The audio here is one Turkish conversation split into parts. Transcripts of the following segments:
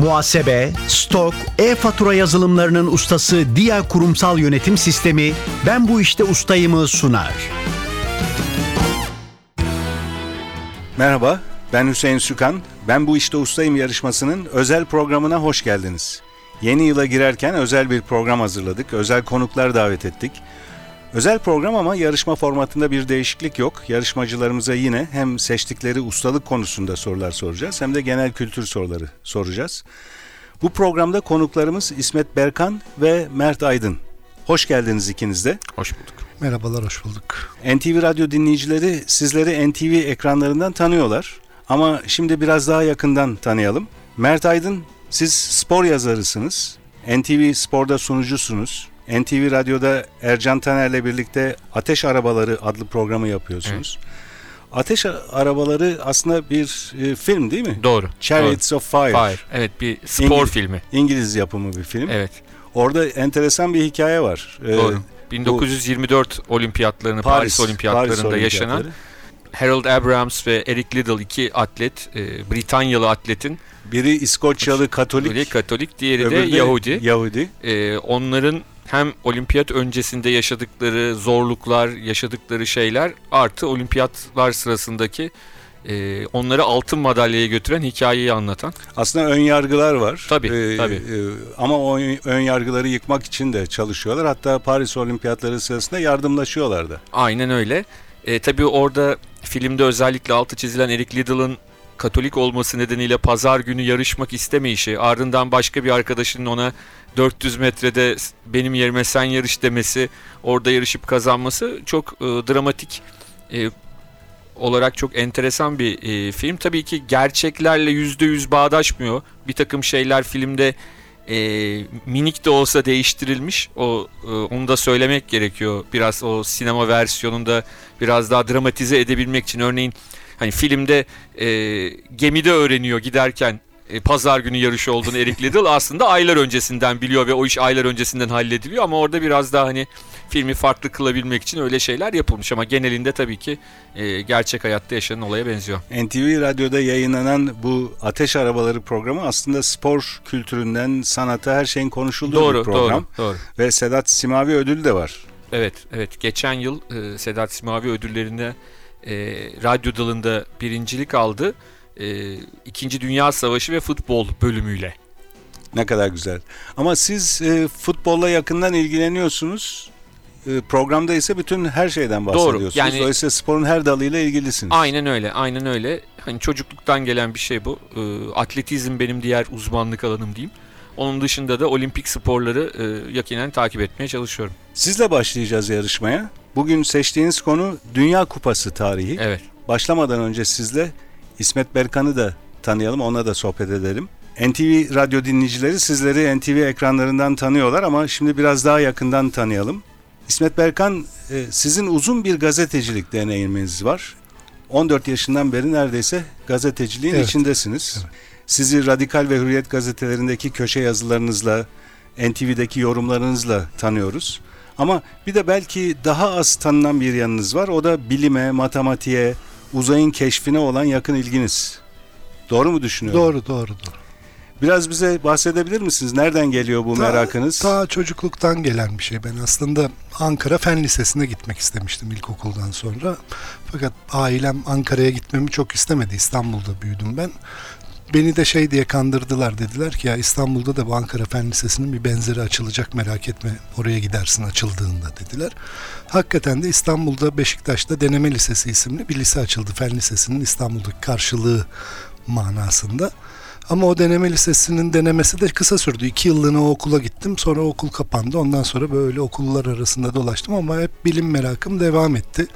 Muhasebe, stok, e-fatura yazılımlarının ustası Dia Kurumsal Yönetim Sistemi Ben Bu İşte Ustayım'ı sunar. Merhaba, ben Hüseyin Sükan. Ben Bu İşte Ustayım yarışmasının özel programına hoş geldiniz. Yeni yıla girerken özel bir program hazırladık, özel konuklar davet ettik. Özel program ama yarışma formatında bir değişiklik yok. Yarışmacılarımıza yine hem seçtikleri ustalık konusunda sorular soracağız hem de genel kültür soruları soracağız. Bu programda konuklarımız İsmet Berkan ve Mert Aydın. Hoş geldiniz ikiniz de. Hoş bulduk. Merhabalar, hoş bulduk. NTV Radyo dinleyicileri sizleri NTV ekranlarından tanıyorlar. Ama şimdi biraz daha yakından tanıyalım. Mert Aydın, siz spor yazarısınız. NTV Spor'da sunucusunuz. NTV Radyo'da Ercan Taner'le birlikte Ateş Arabaları adlı programı yapıyorsunuz. Evet. Ateş Arabaları aslında bir film değil mi? Doğru. Chariots of Fire. Evet, bir spor filmi. İngiliz yapımı bir film. Evet. Orada enteresan bir hikaye var. Doğru. 1924 olimpiyatlarını, Paris olimpiyatlarında yaşanan Harold Abrahams ve Eric Liddell, iki atlet, Britanyalı atletin. Biri İskoçyalı Katolik, diğeri de Yahudi. Onların hem olimpiyat öncesinde yaşadıkları zorluklar, yaşadıkları şeyler artı olimpiyatlar sırasındaki onları altın madalyaya götüren hikayeyi anlatan. Aslında ön yargılar var. Tabii. Ama o ön yargıları yıkmak için de çalışıyorlar. Hatta Paris olimpiyatları sırasında yardımlaşıyorlar da. Aynen öyle. Tabii orada filmde özellikle altı çizilen Eric Liddell'ın Katolik olması nedeniyle pazar günü yarışmak istemeyişi, ardından başka bir arkadaşının ona 400 metrede benim yerime sen yarış demesi, orada yarışıp kazanması çok dramatik olarak çok enteresan bir film. Tabii ki gerçeklerle %100 bağdaşmıyor. Bir takım şeyler filmde minik de olsa değiştirilmiş. Onu da söylemek gerekiyor. Biraz o sinema versiyonunda biraz daha dramatize edebilmek için. Örneğin hani filmde gemide öğreniyor giderken pazar günü yarışı olduğunu Eric Liddell aslında aylar öncesinden biliyor ve o iş aylar öncesinden hallediliyor, ama orada biraz daha hani filmi farklı kılabilmek için öyle şeyler yapılmış, ama genelinde tabii ki gerçek hayatta yaşanan olaya benziyor. NTV Radyo'da yayınlanan bu Ateş Arabaları programı aslında spor kültüründen sanata her şeyin konuşulduğu bir program. Doğru. Ve Sedat Simavi ödülü de var. Evet. Geçen yıl Sedat Simavi ödüllerinde radyo dalında birincilik aldı. İkinci Dünya Savaşı ve futbol bölümüyle. Ne kadar güzel. Ama siz futbolla yakından ilgileniyorsunuz. Programda ise bütün her şeyden bahsediyorsunuz. Doğru. Yani, dolayısıyla sporun her dalıyla ilgilisiniz. Aynen öyle. Hani çocukluktan gelen bir şey bu. Atletizm benim diğer uzmanlık alanım diyeyim. Onun dışında da olimpik sporları yakinen takip etmeye çalışıyorum. Sizle başlayacağız yarışmaya. Bugün seçtiğiniz konu Dünya Kupası tarihi. Evet. Başlamadan önce sizle İsmet Berkan'ı da tanıyalım, ona da sohbet edelim. NTV Radyo dinleyicileri sizleri NTV ekranlarından tanıyorlar ama şimdi biraz daha yakından tanıyalım. İsmet Berkan, sizin uzun bir gazetecilik deneyiminiz var. 14 yaşından beri neredeyse gazeteciliğin içindesiniz. Evet. Sizi Radikal ve Hürriyet gazetelerindeki köşe yazılarınızla, NTV'deki yorumlarınızla tanıyoruz. Ama bir de belki daha az tanınan bir yanınız var. O da bilime, matematiğe, uzayın keşfine olan yakın ilginiz. Doğru mu düşünüyorum? Doğru. Biraz bize bahsedebilir misiniz? Nereden geliyor bu merakınız? Ta çocukluktan gelen bir şey. Ben aslında Ankara Fen Lisesi'ne gitmek istemiştim ilkokuldan sonra. Fakat ailem Ankara'ya gitmemi çok istemedi. İstanbul'da büyüdüm ben. Beni de diye kandırdılar, dediler ki ya İstanbul'da da bu Ankara Fen Lisesi'nin bir benzeri açılacak, merak etme, oraya gidersin açıldığında dediler. Hakikaten de İstanbul'da Beşiktaş'ta Deneme Lisesi isimli bir lise açıldı. Fen Lisesi'nin İstanbul'daki karşılığı manasında. Ama o Deneme Lisesi'nin denemesi de kısa sürdü. 2 yıllığına o okula gittim. Sonra okul kapandı. Ondan sonra böyle okullar arasında dolaştım ama hep bilim merakım devam etti.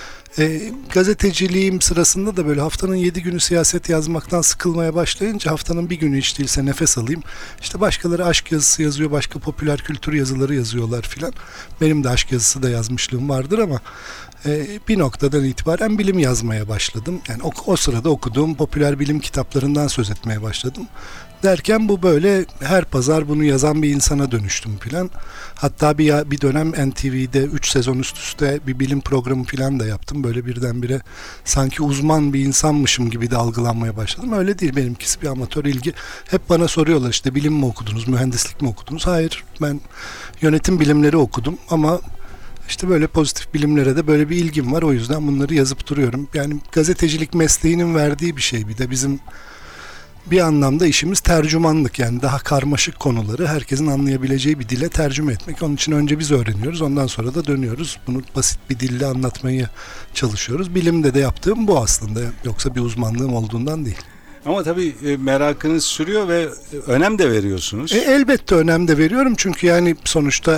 Gazeteciliğim sırasında da böyle haftanın 7 günü siyaset yazmaktan sıkılmaya başlayınca haftanın bir günü hiç değilse nefes alayım. İşte başkaları aşk yazısı yazıyor, başka popüler kültür yazıları yazıyorlar filan. Benim de aşk yazısı da yazmışlığım vardır ama Bir noktadan itibaren bilim yazmaya başladım. Yani o sırada okuduğum popüler bilim kitaplarından söz etmeye başladım. Derken bu böyle her pazar bunu yazan bir insana dönüştüm filan. Hatta bir dönem NTV'de 3 sezon üst üste bir bilim programı filan da yaptım. Böyle birdenbire sanki uzman bir insanmışım gibi de algılanmaya başladım. Öyle değil, benimkisi bir amatör ilgi. Hep bana soruyorlar işte bilim mi okudunuz, mühendislik mi okudunuz? Hayır, ben yönetim bilimleri okudum ama işte böyle pozitif bilimlere de böyle bir ilgim var. O yüzden bunları yazıp duruyorum. Yani gazetecilik mesleğinin verdiği bir şey. Bir de bizim bir anlamda işimiz tercümanlık, yani daha karmaşık konuları herkesin anlayabileceği bir dile tercüme etmek. Onun için önce biz öğreniyoruz, ondan sonra da dönüyoruz. Bunu basit bir dille anlatmaya çalışıyoruz. Bilimde de yaptığım bu aslında. Yoksa bir uzmanlığım olduğundan değil. Ama tabii merakınız sürüyor ve önem de veriyorsunuz. Elbette önem de veriyorum çünkü yani sonuçta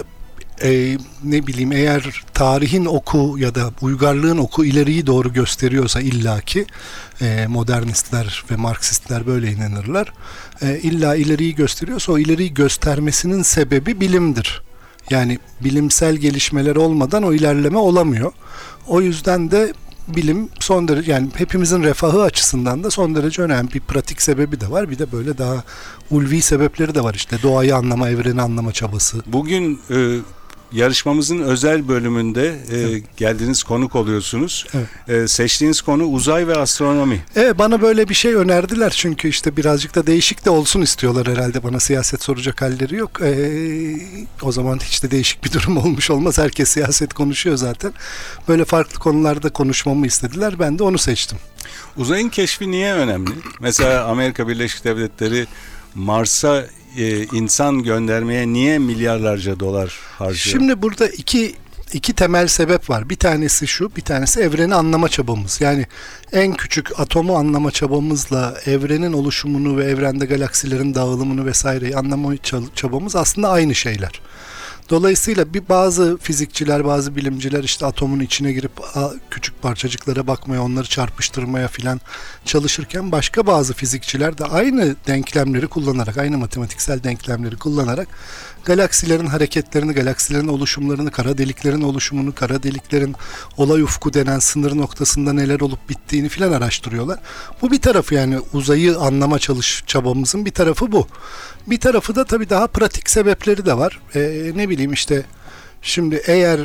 ne bileyim, eğer tarihin oku ya da uygarlığın oku ileriyi doğru gösteriyorsa illaki modernistler ve Marksistler böyle inanırlar. İlla ileriyi gösteriyorsa o ileriyi göstermesinin sebebi bilimdir. Yani bilimsel gelişmeler olmadan o ilerleme olamıyor. O yüzden de bilim son derece, yani hepimizin refahı açısından da son derece önemli bir pratik sebebi de var. Bir de böyle daha ulvi sebepleri de var, işte doğayı anlama, evreni anlama çabası. Bugün yarışmamızın özel bölümünde geldiğiniz konuk oluyorsunuz. Evet. Seçtiğiniz konu uzay ve astronomi. Evet, bana böyle bir şey önerdiler çünkü işte birazcık da değişik de olsun istiyorlar herhalde, bana siyaset soracak halleri yok. O zaman hiç de değişik bir durum olmuş olmaz, herkes siyaset konuşuyor zaten. Böyle farklı konularda konuşmamı istediler, ben de onu seçtim. Uzayın keşfi niye önemli? Mesela Amerika Birleşik Devletleri Mars'a insan göndermeye niye milyarlarca dolar harcıyor? Şimdi burada iki temel sebep var. Bir tanesi şu, bir tanesi evreni anlama çabamız. Yani en küçük atomu anlama çabamızla evrenin oluşumunu ve evrende galaksilerin dağılımını vesaireyi anlama çabamız aslında aynı şeyler. Dolayısıyla bazı fizikçiler, bazı bilimciler işte atomun içine girip küçük parçacıklara bakmaya, onları çarpıştırmaya filan çalışırken başka bazı fizikçiler de aynı denklemleri kullanarak, aynı matematiksel denklemleri kullanarak galaksilerin hareketlerini, galaksilerin oluşumlarını, kara deliklerin oluşumunu, kara deliklerin olay ufku denen sınır noktasında neler olup bittiğini filan araştırıyorlar. Bu bir tarafı, yani uzayı anlama çabamızın bir tarafı bu. Bir tarafı da tabii daha pratik sebepleri de var. Ne bileyim işte şimdi eğer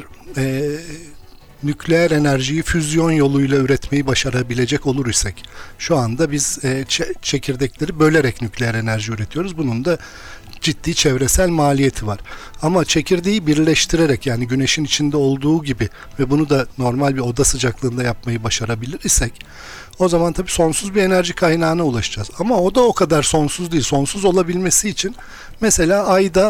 nükleer enerjiyi füzyon yoluyla üretmeyi başarabilecek olur isek, şu anda biz çekirdekleri bölerek nükleer enerji üretiyoruz. Bunun da ciddi çevresel maliyeti var. Ama çekirdeği birleştirerek, yani güneşin içinde olduğu gibi ve bunu da normal bir oda sıcaklığında yapmayı başarabilir isek, o zaman tabii sonsuz bir enerji kaynağına ulaşacağız. Ama o da o kadar sonsuz değil. Sonsuz olabilmesi için mesela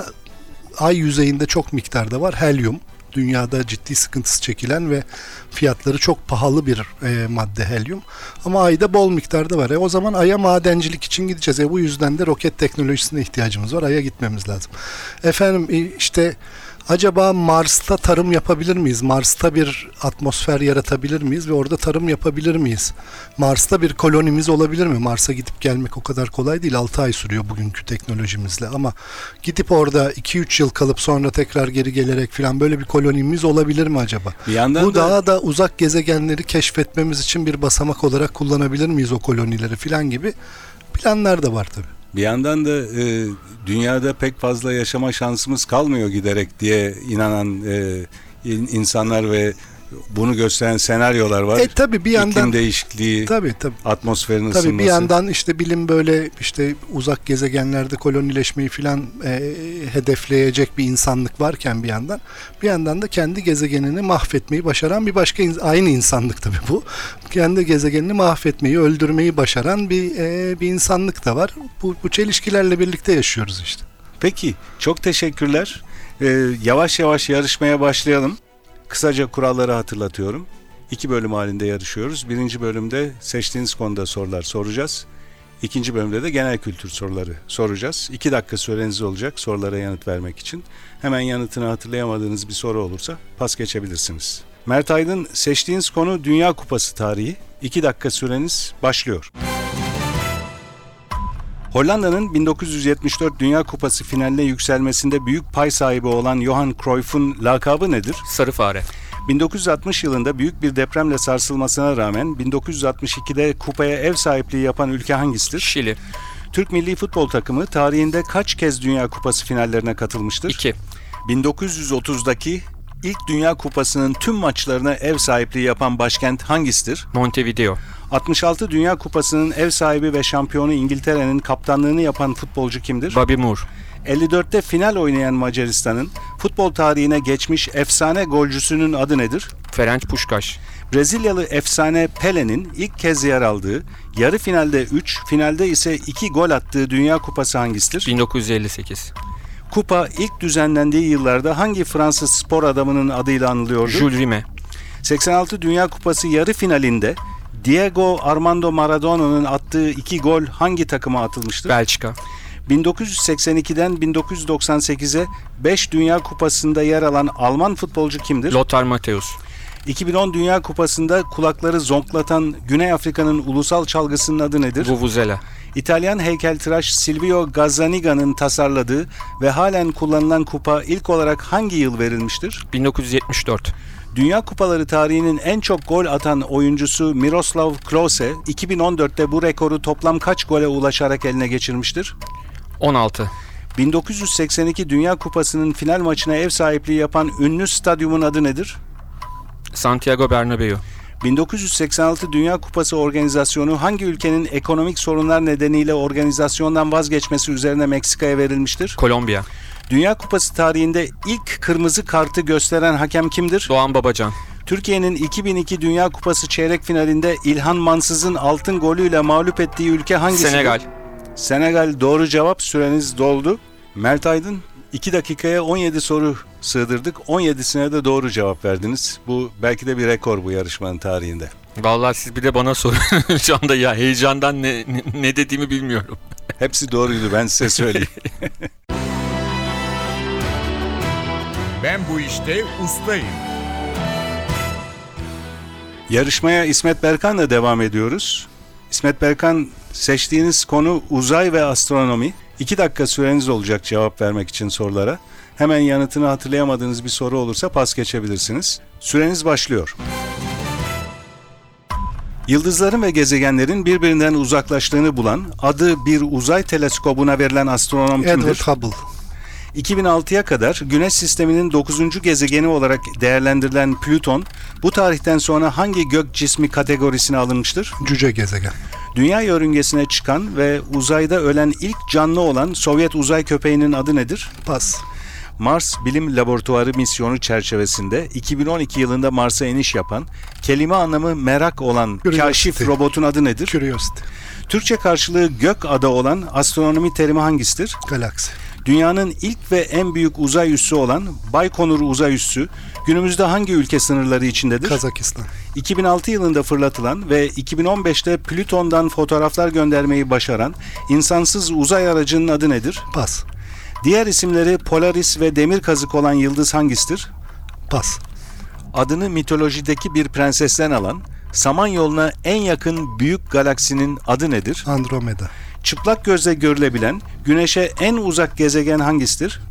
ay yüzeyinde çok miktarda var helyum. Dünyada ciddi sıkıntısı çekilen ve fiyatları çok pahalı bir madde helyum. Ama ayda bol miktarda var. O zaman aya madencilik için gideceğiz. Bu yüzden de roket teknolojisine ihtiyacımız var. Aya gitmemiz lazım. Efendim işte acaba Mars'ta tarım yapabilir miyiz? Mars'ta bir atmosfer yaratabilir miyiz ve orada tarım yapabilir miyiz? Mars'ta bir kolonimiz olabilir mi? Mars'a gidip gelmek o kadar kolay değil. 6 ay sürüyor bugünkü teknolojimizle, ama gidip orada 2-3 yıl kalıp sonra tekrar geri gelerek falan böyle bir kolonimiz olabilir mi acaba? Bir yandan bu daha da uzak gezegenleri keşfetmemiz için bir basamak olarak kullanabilir miyiz o kolonileri falan gibi planlar da var tabii. Bir yandan da dünyada pek fazla yaşama şansımız kalmıyor giderek diye inanan insanlar ve bunu gösteren senaryolar var. Tabii bir yandan İklim değişikliği, tabii. atmosferin ısınması. Tabii bir yandan işte bilim böyle işte uzak gezegenlerde kolonileşmeyi filan hedefleyecek bir insanlık varken bir yandan da kendi gezegenini mahvetmeyi başaran bir başka aynı insanlık tabii bu. Kendi gezegenini mahvetmeyi, öldürmeyi başaran bir insanlık da var. Bu çelişkilerle birlikte yaşıyoruz işte. Peki, çok teşekkürler. Yavaş yavaş yarışmaya başlayalım. Kısaca kuralları hatırlatıyorum. 2 bölüm halinde yarışıyoruz. 1. bölümde seçtiğiniz konuda sorular soracağız. 2. bölümde de genel kültür soruları soracağız. 2 dakika süreniz olacak sorulara yanıt vermek için. Hemen yanıtını hatırlayamadığınız bir soru olursa pas geçebilirsiniz. Mert Aydın, seçtiğiniz konu Dünya Kupası tarihi. 2 dakika süreniz başlıyor. Hollanda'nın 1974 Dünya Kupası finaline yükselmesinde büyük pay sahibi olan Johan Cruyff'un lakabı nedir? Sarı fare. 1960 yılında büyük bir depremle sarsılmasına rağmen 1962'de kupaya ev sahipliği yapan ülke hangisidir? Şili. Türk milli futbol takımı tarihinde kaç kez Dünya Kupası finallerine katılmıştır? 2. 1930'daki ilk Dünya Kupası'nın tüm maçlarına ev sahipliği yapan başkent hangisidir? Montevideo. 66 Dünya Kupası'nın ev sahibi ve şampiyonu İngiltere'nin kaptanlığını yapan futbolcu kimdir? Bobby Moore. 54'te final oynayan Macaristan'ın futbol tarihine geçmiş efsane golcüsünün adı nedir? Ferenc Puskás. Brezilyalı efsane Pele'nin ilk kez yer aldığı, yarı finalde 3, finalde ise 2 gol attığı Dünya Kupası hangisidir? 1958. Kupa ilk düzenlendiği yıllarda hangi Fransız spor adamının adıyla anılıyordu? Jules Rimet. 86 Dünya Kupası yarı finalinde Diego Armando Maradona'nın attığı 2 gol hangi takıma atılmıştır? Belçika. 1982'den 1998'e 5 Dünya Kupası'nda yer alan Alman futbolcu kimdir? Lothar Matthäus. 2010 Dünya Kupası'nda kulakları zonklatan Güney Afrika'nın ulusal çalgısının adı nedir? Vuvuzela. İtalyan heykeltıraş Silvio Gazzaniga'nın tasarladığı ve halen kullanılan kupa ilk olarak hangi yıl verilmiştir? 1974. Dünya Kupaları tarihinin en çok gol atan oyuncusu Miroslav Klose 2014'te bu rekoru toplam kaç gole ulaşarak eline geçirmiştir? 16. 1982 Dünya Kupası'nın final maçına ev sahipliği yapan ünlü stadyumun adı nedir? Santiago Bernabéu. 1986 Dünya Kupası organizasyonu hangi ülkenin ekonomik sorunlar nedeniyle organizasyondan vazgeçmesi üzerine Meksika'ya verilmiştir? Kolombiya. Dünya Kupası tarihinde ilk kırmızı kartı gösteren hakem kimdir? Doğan Babacan. Türkiye'nin 2002 Dünya Kupası çeyrek finalinde İlhan Mansız'ın altın golüyle mağlup ettiği ülke hangisidir? Senegal. Senegal doğru cevap, süreniz doldu. Mert Aydın 2 dakikaya 17 soru sığdırdık. 17'sine de doğru cevap verdiniz. Bu belki de bir rekor bu yarışmanın tarihinde. Vallahi siz bir de bana sorun. Şu anda ya heyecandan ne dediğimi bilmiyorum. Hepsi doğruydu, ben size söyleyeyim. Ben bu işte ustayım. Yarışmaya İsmet Berkan'la devam ediyoruz. İsmet Berkan, seçtiğiniz konu uzay ve astronomi. 2 dakika süreniz olacak cevap vermek için sorulara. Hemen yanıtını hatırlayamadığınız bir soru olursa pas geçebilirsiniz. Süreniz başlıyor. Yıldızların ve gezegenlerin birbirinden uzaklaştığını bulan, adı bir uzay teleskobuna verilen astronom kimdir? Edward Hubble. 2006'ya kadar Güneş sisteminin 9. gezegeni olarak değerlendirilen Plüton, bu tarihten sonra hangi gök cismi kategorisine alınmıştır? Cüce gezegen. Dünya yörüngesine çıkan ve uzayda ölen ilk canlı olan Sovyet uzay köpeğinin adı nedir? Pas. Mars Bilim Laboratuvarı misyonu çerçevesinde 2012 yılında Mars'a iniş yapan, kelime anlamı merak olan Curiosity. kaşif robotun adı nedir? Curiosity. Türkçe karşılığı gök ada olan astronomi terimi hangisidir? Galaksi. Dünyanın ilk ve en büyük uzay üssü olan Baykonur uzay üssü günümüzde hangi ülke sınırları içindedir? Kazakistan. 2006 yılında fırlatılan ve 2015'te Plüton'dan fotoğraflar göndermeyi başaran insansız uzay aracının adı nedir? Pas. Diğer isimleri Polaris ve demir kazık olan yıldız hangisidir? Pas. Adını mitolojideki bir prensesten alan, Samanyolu'na en yakın büyük galaksinin adı nedir? Andromeda. Çıplak gözle görülebilen, Güneş'e en uzak gezegen hangisidir?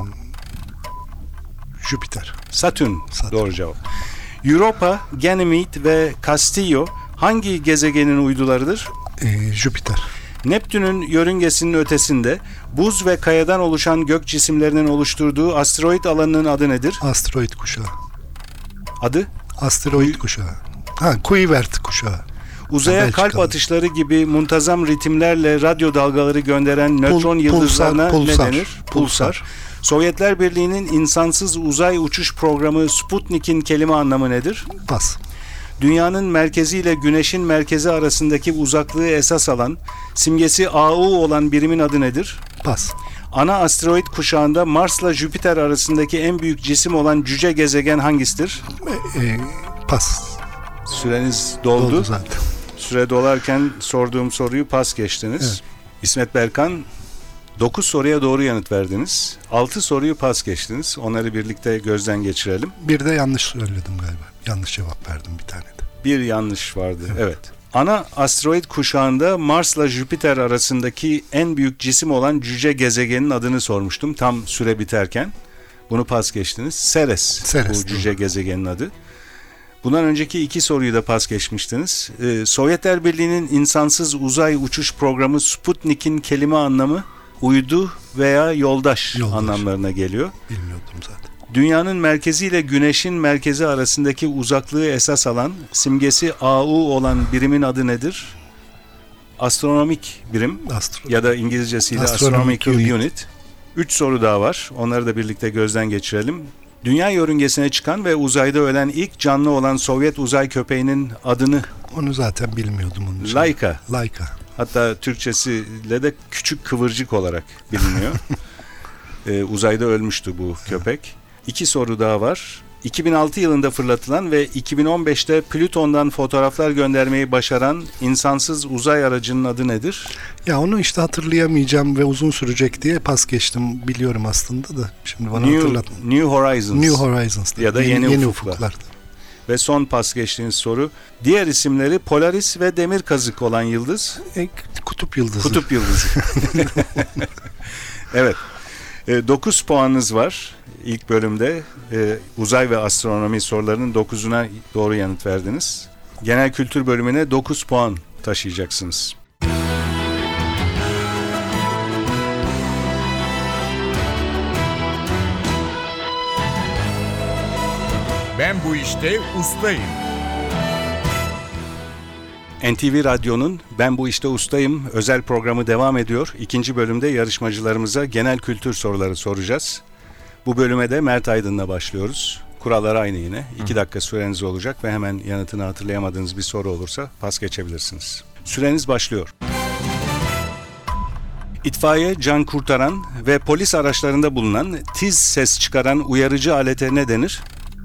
Jüpiter. Satürn. Satürn. Doğru cevap. Europa, Ganymede ve Castillo hangi gezegenin uydularıdır? Jüpiter. Neptün'ün yörüngesinin ötesinde buz ve kayadan oluşan gök cisimlerinin oluşturduğu asteroid alanının adı nedir? Asteroid kuşağı. Adı? Asteroid kuşağı. Kuivert kuşağı. Uzaya Belçikalı. kalp atışları gibi muntazam ritimlerle radyo dalgaları gönderen nötron yıldızlarına pulsar. ne denir? Pulsar. Sovyetler Birliği'nin insansız uzay uçuş programı Sputnik'in kelime anlamı nedir? Pas. Dünyanın merkezi ile Güneş'in merkezi arasındaki uzaklığı esas alan, simgesi AU olan birimin adı nedir? Pas. Ana asteroid kuşağında Mars'la Jüpiter arasındaki en büyük cisim olan cüce gezegen hangisidir? Pas. Süreniz doldu. Oldu zaten. Süre dolarken sorduğum soruyu pas geçtiniz. Evet. İsmet Berkan, 9 soruya doğru yanıt verdiniz. 6 soruyu pas geçtiniz. Onları birlikte gözden geçirelim. Bir de yanlış söyledim galiba. Yanlış cevap verdim bir tane de. Bir yanlış vardı. Evet. Ana asteroid kuşağında Mars'la Jüpiter arasındaki en büyük cisim olan cüce gezegenin adını sormuştum tam süre biterken. Bunu pas geçtiniz. Ceres. Ceres, Bu cüce gezegenin adı. Bundan önceki 2 soruyu da pas geçmiştiniz. Sovyetler Birliği'nin insansız uzay uçuş programı Sputnik'in kelime anlamı uydu veya yoldaş anlamlarına geliyor. Bilmiyordum zaten. Dünyanın merkezi ile Güneş'in merkezi arasındaki uzaklığı esas alan, simgesi AU olan birimin adı nedir? Astronomik birim ya da İngilizcesiyle Astronomical Unit. 3 soru daha var. Onları da birlikte gözden geçirelim. Dünya yörüngesine çıkan ve uzayda ölen ilk canlı olan Sovyet uzay köpeğinin adını... Onu zaten bilmiyordum onun için. Laika. Hatta Türkçesiyle de küçük kıvırcık olarak biliniyor. Uzayda ölmüştü bu köpek. 2 soru daha var. 2006 yılında fırlatılan ve 2015'te Plüton'dan fotoğraflar göndermeyi başaran insansız uzay aracının adı nedir? Ya onu işte hatırlayamayacağım ve uzun sürecek diye pas geçtim. Biliyorum aslında da. Şimdi bana hatırlatma. New Horizons. New Horizons. Ya da yeni ufuklar. Ufuklar. Ve son pas geçtiğiniz soru. Diğer isimleri Polaris ve demir kazık olan yıldız. Kutup yıldızı. Kutup yıldızı. Evet. 9 puanınız var ilk bölümde. Uzay ve astronomi sorularının 9'una doğru yanıt verdiniz. Genel kültür bölümüne 9 puan taşıyacaksınız. Ben bu işte ustayım. NTV Radyo'nun Ben Bu İşte Ustayım özel programı devam ediyor. 2. bölümde yarışmacılarımıza genel kültür soruları soracağız. Bu bölüme de Mert Aydın'la başlıyoruz. Kurallar aynı yine. 2 dakika süreniz olacak ve hemen yanıtını hatırlayamadığınız bir soru olursa pas geçebilirsiniz. Süreniz başlıyor. İtfaiye, can kurtaran ve polis araçlarında bulunan tiz ses çıkaran uyarıcı alete ne denir?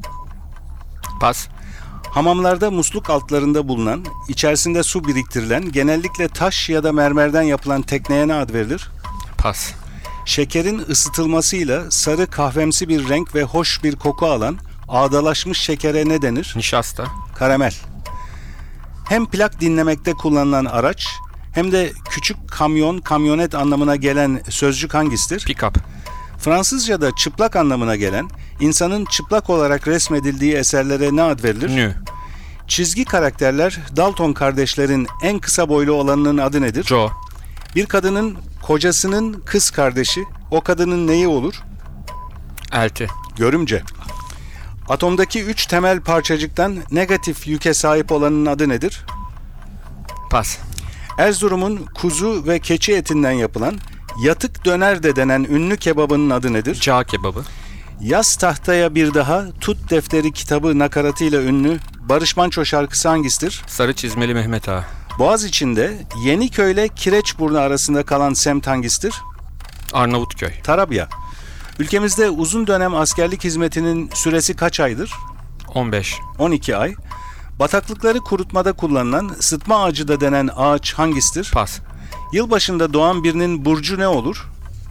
Pas. Hamamlarda musluk altlarında bulunan, içerisinde su biriktirilen, genellikle taş ya da mermerden yapılan tekneye ne ad verilir? Pas. Şekerin ısıtılmasıyla sarı kahvemsi bir renk ve hoş bir koku alan, ağdalaşmış şekere ne denir? Nişasta. Karamel. Hem plak dinlemekte kullanılan araç, hem de küçük kamyon, kamyonet anlamına gelen sözcük hangisidir? Pick-up. Fransızca'da çıplak anlamına gelen, insanın çıplak olarak resmedildiği eserlere ne ad verilir? Nu. Çizgi karakterler Dalton kardeşlerin en kısa boylu olanının adı nedir? Joe. Bir kadının kocasının kız kardeşi, o kadının neyi olur? Elti. Görümce. Atomdaki 3 temel parçacıktan negatif yüke sahip olanın adı nedir? Pas. Erzurum'un kuzu ve keçi etinden yapılan yatık döner de denen ünlü kebabının adı nedir? Cağ kebabı. Yaz tahtaya bir daha Tut Defteri kitabı nakaratıyla ünlü Barış Manço şarkısı hangisidir? Sarı çizmeli Mehmet Ağa. Boğaz içinde Yeniköy ile Kireçburnu arasında kalan semt hangisidir? Arnavutköy. Tarabya. Ülkemizde uzun dönem askerlik hizmetinin süresi kaç aydır? 15. 12 ay. Bataklıkları kurutmada kullanılan sıtma ağacı da denen ağaç hangisidir? Pas. Yılbaşında doğan birinin burcu ne olur?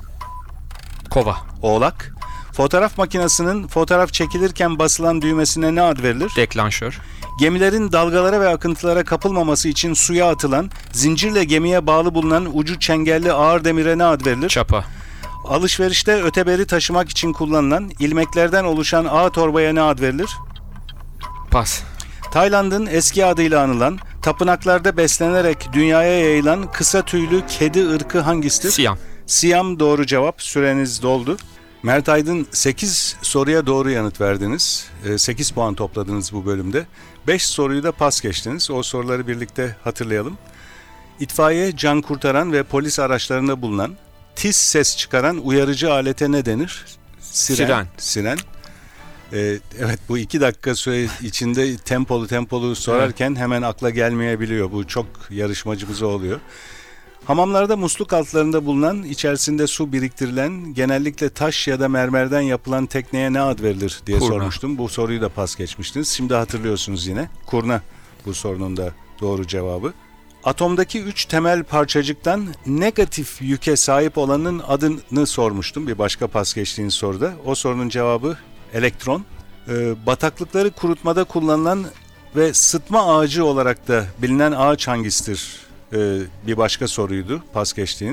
Kova. Oğlak. Fotoğraf makinesinin fotoğraf çekilirken basılan düğmesine ne ad verilir? Deklanşör. Gemilerin dalgalara ve akıntılara kapılmaması için suya atılan, zincirle gemiye bağlı bulunan ucu çengelli ağır demire ne ad verilir? Çapa. Alışverişte öteberi taşımak için kullanılan, ilmeklerden oluşan ağ torbaya ne ad verilir? Pas. Tayland'ın eski adıyla anılan, tapınaklarda beslenerek dünyaya yayılan kısa tüylü kedi ırkı hangisidir? Siyam. Siyam doğru cevap. Süreniz doldu. Mert Aydın 8 soruya doğru yanıt verdiniz. 8 puan topladınız bu bölümde. 5 soruyu da pas geçtiniz. O soruları birlikte hatırlayalım. İtfaiye, can kurtaran ve polis araçlarında bulunan tiz ses çıkaran uyarıcı alete ne denir? Siren. Evet, bu 2 dakika süre içinde tempolu sorarken hemen akla gelmeyebiliyor. Bu çok yarışmacımıza oluyor. Hamamlarda musluk altlarında bulunan, içerisinde su biriktirilen, genellikle taş ya da mermerden yapılan tekneye ne ad verilir diye Kurna. sormuştum. Bu soruyu da pas geçmiştiniz. Şimdi hatırlıyorsunuz yine. Kurna bu sorunun da doğru cevabı. Atomdaki 3 temel parçacıktan negatif yüke sahip olanın adını sormuştum bir başka pas geçtiğiniz soruda. O sorunun cevabı elektron. Bataklıkları kurutmada kullanılan ve sıtma ağacı olarak da bilinen ağaç hangisidir? Bir başka soruydu pas geçtiğiniz.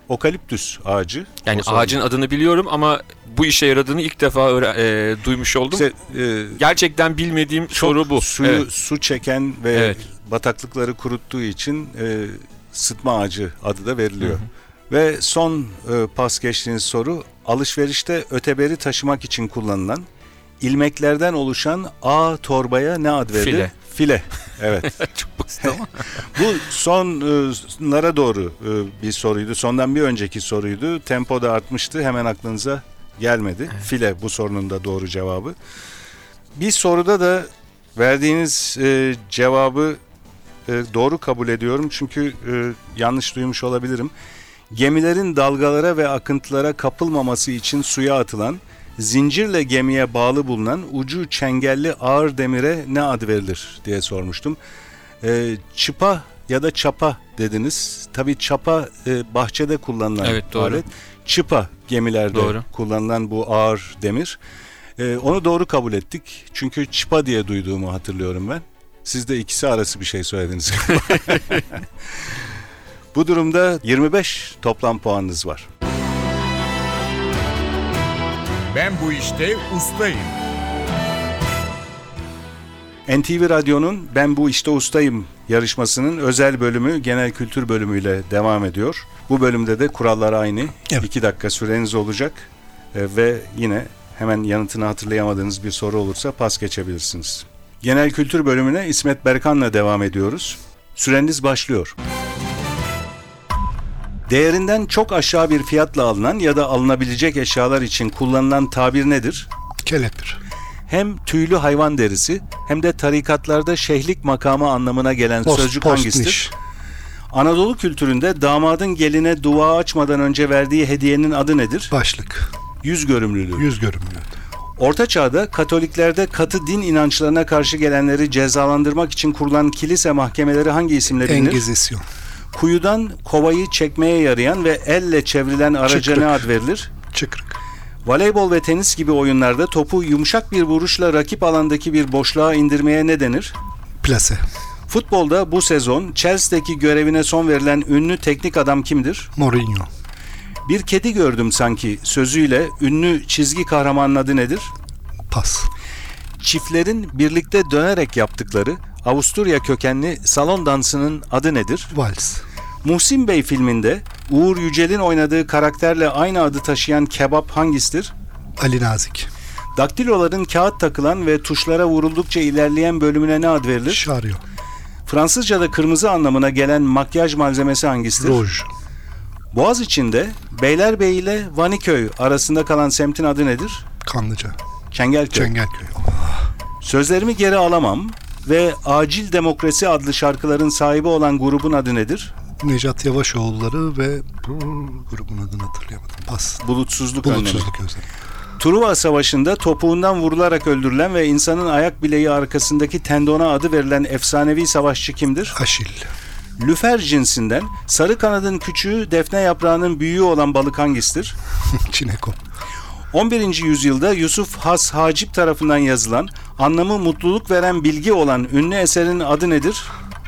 okaliptüs ağacı. Yani O sorun. ağacın adını biliyorum ama bu işe yaradığını ilk defa duymuş oldum. İşte, Gerçekten bilmediğim soru bu. Suyu Evet. su çeken ve Evet. bataklıkları kuruttuğu için sıtma ağacı adı da veriliyor. Ve son pas geçtiğiniz soru, alışverişte öteberi taşımak için kullanılan ilmeklerden oluşan ağ torbaya ne ad verilir? File. File. Evet. Çok basit ama. Bu sonlara doğru bir soruydu. Sondan bir önceki soruydu. Tempo da artmıştı. Hemen aklınıza gelmedi. File bu sorunun da doğru cevabı. Bir soruda da verdiğiniz cevabı doğru kabul ediyorum. Çünkü yanlış duymuş olabilirim. Gemilerin dalgalara ve akıntılara kapılmaması için suya atılan, zincirle gemiye bağlı bulunan ucu çengelli ağır demire ne ad verilir diye sormuştum. Çıpa ya da çapa dediniz. Tabii çapa bahçede kullanılan Evet, doğru. alet. Çıpa gemilerde Doğru. kullanılan bu ağır demir. Onu doğru kabul ettik. Çünkü çıpa diye duyduğumu hatırlıyorum ben. Siz de ikisi arası bir şey söylediniz. Bu durumda 25 toplam puanınız var. Ben bu işte ustayım. NTV Radyo'nun Ben Bu İşte Ustayım yarışmasının özel bölümü genel kültür bölümüyle devam ediyor. Bu bölümde de kurallar aynı. Evet. 2 dakika süreniz olacak ve yine hemen yanıtını hatırlayamadığınız bir soru olursa pas geçebilirsiniz. Genel kültür bölümüne İsmet Berkan'la devam ediyoruz. Süreniz başlıyor. Değerinden çok aşağı bir fiyatla alınan ya da alınabilecek eşyalar için kullanılan tabir nedir? Kelepir. Hem tüylü hayvan derisi hem de tarikatlarda şeyhlik makamı anlamına gelen sözcük hangisidir? Postniş. Anadolu kültüründe damadın geline dua açmadan önce verdiği hediyenin adı nedir? Başlık. Yüz görümlülüğü. Yüz görümlü. Orta Çağ'da Katoliklerde katı din inançlarına karşı gelenleri cezalandırmak için kurulan kilise mahkemeleri hangi isimle bilinir? Engizisyon. Kuyudan kovayı çekmeye yarayan ve elle çevrilen araca Çıkrık. ne ad verilir? Çıkrık. Voleybol ve tenis gibi oyunlarda topu yumuşak bir vuruşla rakip alandaki bir boşluğa indirmeye ne denir? Plase. Futbolda bu sezon Chelsea'deki görevine son verilen ünlü teknik adam kimdir? Mourinho. Bir kedi gördüm sanki sözüyle ünlü çizgi kahramanın adı nedir? Pas. Çiftlerin birlikte dönerek yaptıkları Avusturya kökenli salon dansının adı nedir? Vals. Muhsin Bey filminde Uğur Yücel'in oynadığı karakterle aynı adı taşıyan kebap hangisidir? Ali Nazik. Daktiloların kağıt takılan ve tuşlara vuruldukça ilerleyen bölümüne ne ad verilir? Şaryo. Fransızca'da kırmızı anlamına gelen makyaj malzemesi hangisidir? Roj. Boğaziçi'nde Beylerbeyi ile Vaniköy arasında kalan semtin adı nedir? Kanlıca. Çengelköy. Çengelköy. Sözlerimi geri alamam ve Acil Demokrasi adlı şarkıların sahibi olan grubun adı nedir? Necat Yavaşoğulları ve bu grubun adını hatırlayamadım. Pas. Bulutsuzluk önlemi. Bulutsuzluk özlemi. Truva Savaşı'nda topuğundan vurularak öldürülen ve insanın ayak bileği arkasındaki tendona adı verilen efsanevi savaşçı kimdir? Aşil. Lüfer cinsinden sarı kanadın küçüğü, defne yaprağının büyüğü olan balık hangisidir? Çineko. 11. yüzyılda Yusuf Has Hacip tarafından yazılan, anlamı mutluluk veren bilgi olan ünlü eserin adı nedir?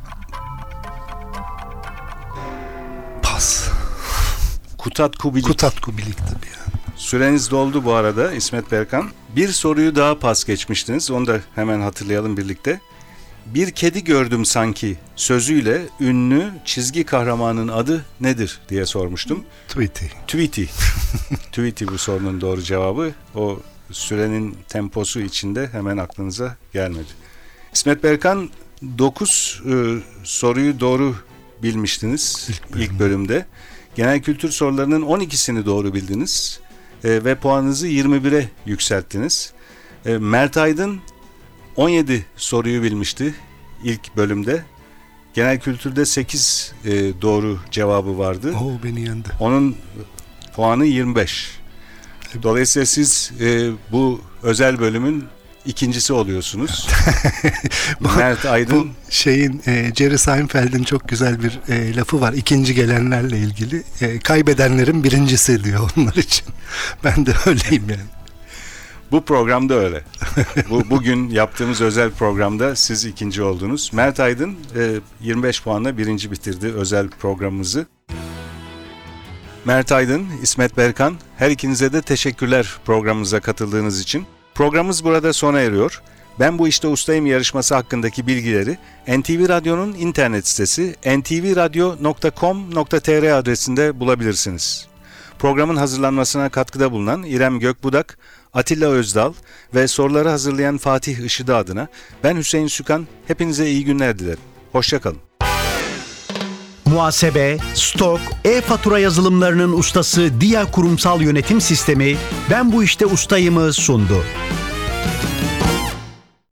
Pas. Kutat Kubilik. Kutat Kubilik tabii yani. Süreniz doldu bu arada İsmet Berkan. Bir soruyu daha pas geçmiştiniz. Onu da hemen hatırlayalım birlikte. Bir kedi gördüm sanki sözüyle ünlü çizgi kahramanın adı nedir diye sormuştum. Tweety. Tweety. Tweety bu sorunun doğru cevabı. O sürenin temposu içinde hemen aklınıza gelmedi. İsmet Berkan 9 soruyu doğru bilmiştiniz ilk bölümde. Genel kültür sorularının 12'sini doğru bildiniz ve puanınızı 21'e yükselttiniz. Mert Aydın 17 soruyu bilmişti ilk bölümde. Genel kültürde 8 doğru cevabı vardı. O beni yendi. Onun puanı 25. Dolayısıyla siz bu özel bölümün ikincisi oluyorsunuz. Mert Aydın. Bu şeyin Jerry Seinfeld'in çok güzel bir lafı var. İkinci gelenlerle ilgili. Kaybedenlerin birincisi diyor onlar için. Ben de öyleyim yani. Bu programda öyle. Bugün yaptığımız özel programda siz ikinci oldunuz. Mert Aydın 25 puanla birinci bitirdi özel programımızı. Mert Aydın, İsmet Berkan, her ikinize de teşekkürler programımıza katıldığınız için. Programımız burada sona eriyor. Ben bu işte ustayım yarışması hakkındaki bilgileri NTV Radyo'nun internet sitesi ntvradio.com.tr adresinde bulabilirsiniz. Programın hazırlanmasına katkıda bulunan İrem Gökbudak, Atilla Özdal ve soruları hazırlayan Fatih Işıdı adına ben Hüseyin Sükan, hepinize iyi günler dilerim. Hoşça kalın. Muhasebe, stok, e-fatura yazılımlarının ustası Dia Kurumsal Yönetim Sistemi Ben bu işte ustayımı sundu.